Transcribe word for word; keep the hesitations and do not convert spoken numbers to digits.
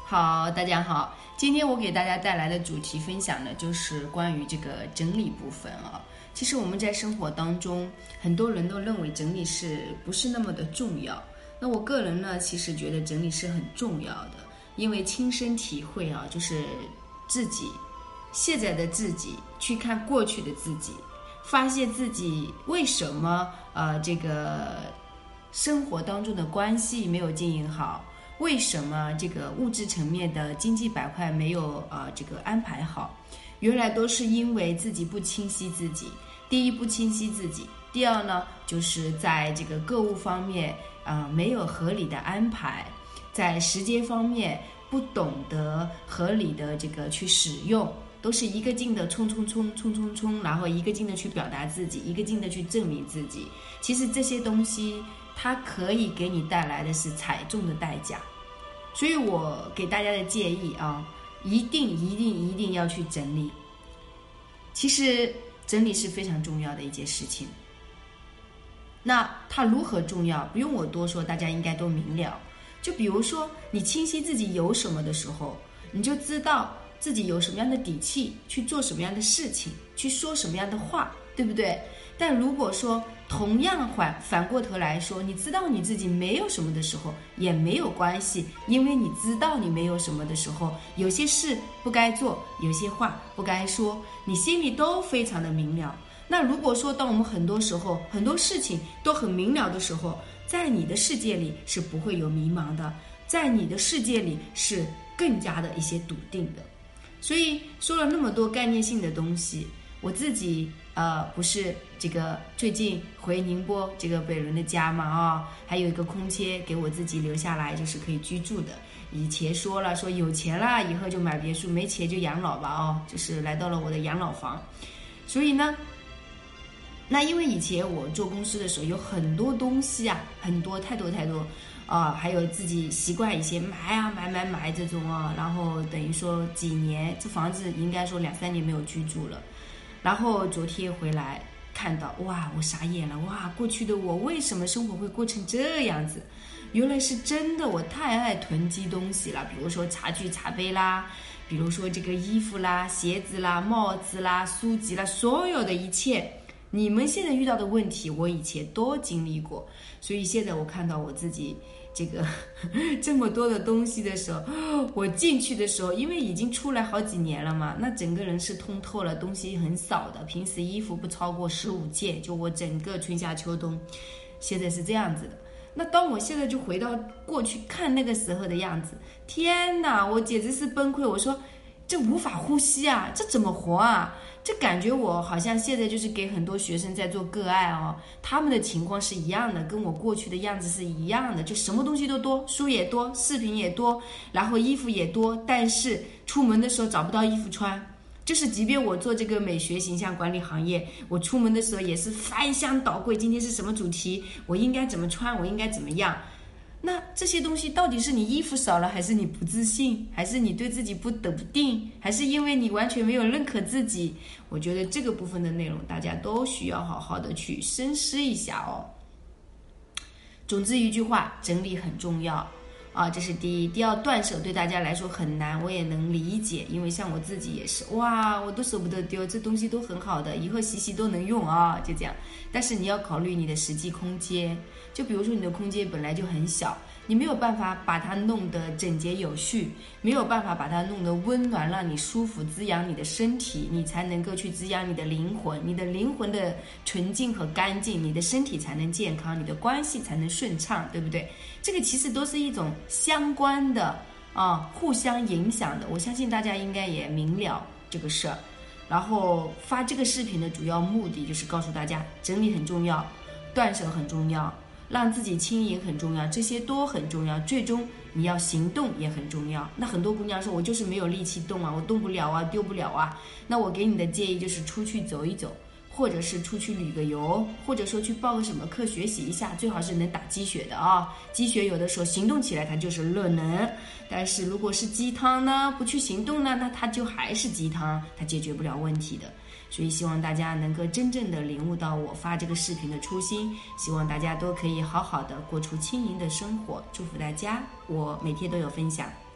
好，大家好，今天我给大家带来的主题分享呢，就是关于这个整理部分啊。其实我们在生活当中，很多人都认为整理是不是那么的重要？那我个人呢，其实觉得整理是很重要的，因为亲身体会啊，就是自己现在的自己去看过去的自己，发现自己为什么呃这个生活当中的关系没有经营好。为什么这个物质层面的经济板块没有呃这个安排好？原来都是因为自己不清晰自己。第一，不清晰自己；第二呢，就是在这个购物方面啊、呃、没有合理的安排，在时间方面不懂得合理的这个去使用，都是一个劲的冲冲冲冲冲冲，然后一个劲的去表达自己，一个劲的去证明自己。其实这些东西它可以给你带来的是惨重的代价。所以我给大家的建议啊，一定一定一定要去整理。其实整理是非常重要的一件事情。那它如何重要？不用我多说，大家应该都明了。就比如说你清晰自己有什么的时候，你就知道自己有什么样的底气去做什么样的事情，去说什么样的话，对不对？但如果说同样反反过头来说，你知道你自己没有什么的时候也没有关系，因为你知道你没有什么的时候，有些事不该做，有些话不该说，你心里都非常的明了。那如果说当我们很多时候很多事情都很明了的时候，在你的世界里是不会有迷茫的，在你的世界里是更加的一些笃定的。所以说了那么多概念性的东西，我自己呃不是这个最近回宁波这个北仑的家嘛啊、哦，还有一个空间给我自己留下来，就是可以居住的。以前说了说有钱啦以后就买别墅，没钱就养老吧哦，就是来到了我的养老房。所以呢，那因为以前我做公司的时候有很多东西啊，很多太多太多啊、呃，还有自己习惯一些买啊买买买这种啊，然后等于说几年这房子应该说两三年没有居住了。然后昨天回来看到，哇，我傻眼了，哇，过去的我为什么生活会过成这样子？原来是真的，我太爱囤积东西了，比如说茶具茶杯啦，比如说这个衣服啦、鞋子啦、帽子啦、书籍啦，所有的一切，你们现在遇到的问题，我以前都经历过。所以现在我看到我自己这个这么多的东西的时候，我进去的时候，因为已经出来好几年了嘛，那整个人是通透了，东西很少的，平时衣服不超过十五件，就我整个春夏秋冬，现在是这样子的。那当我现在就回到过去看那个时候的样子，天哪，我简直是崩溃！我说这无法呼吸啊，这怎么活啊？这感觉我好像现在就是给很多学生在做个案哦，他们的情况是一样的，跟我过去的样子是一样的，就什么东西都多，书也多，视频也多，然后衣服也多，但是出门的时候找不到衣服穿。就是即便我做这个美学形象管理行业，我出门的时候也是翻箱倒柜，今天是什么主题，我应该怎么穿，我应该怎么样。那这些东西到底是你衣服少了，还是你不自信，还是你对自己不笃定，还是因为你完全没有认可自己？我觉得这个部分的内容大家都需要好好的去深思一下哦。总之一句话，整理很重要啊，这是第一。第二，断舍对大家来说很难，我也能理解，因为像我自己也是，哇，我都舍不得丢，这东西都很好的，以后洗洗都能用啊，就这样。但是你要考虑你的实际空间，就比如说你的空间本来就很小，你没有办法把它弄得整洁有序，没有办法把它弄得温暖，让你舒服，滋养你的身体，你才能够去滋养你的灵魂，你的灵魂的纯净和干净，你的身体才能健康，你的关系才能顺畅，对不对？这个其实都是一种相关的啊，互相影响的，我相信大家应该也明了这个事儿。然后发这个视频的主要目的就是告诉大家，整理很重要，断舍很重要，让自己轻盈很重要，这些都很重要，最终你要行动也很重要。那很多姑娘说，我就是没有力气动啊，我动不了啊，丢不了啊。那我给你的建议就是出去走一走，或者是出去旅个游，或者说去报个什么课学习一下，最好是能打鸡血的啊。鸡血有的时候行动起来它就是热能，但是如果是鸡汤呢，不去行动呢，那它就还是鸡汤，它解决不了问题的。所以希望大家能够真正的领悟到我发这个视频的初心，希望大家都可以好好的过出轻盈的生活，祝福大家，我每天都有分享。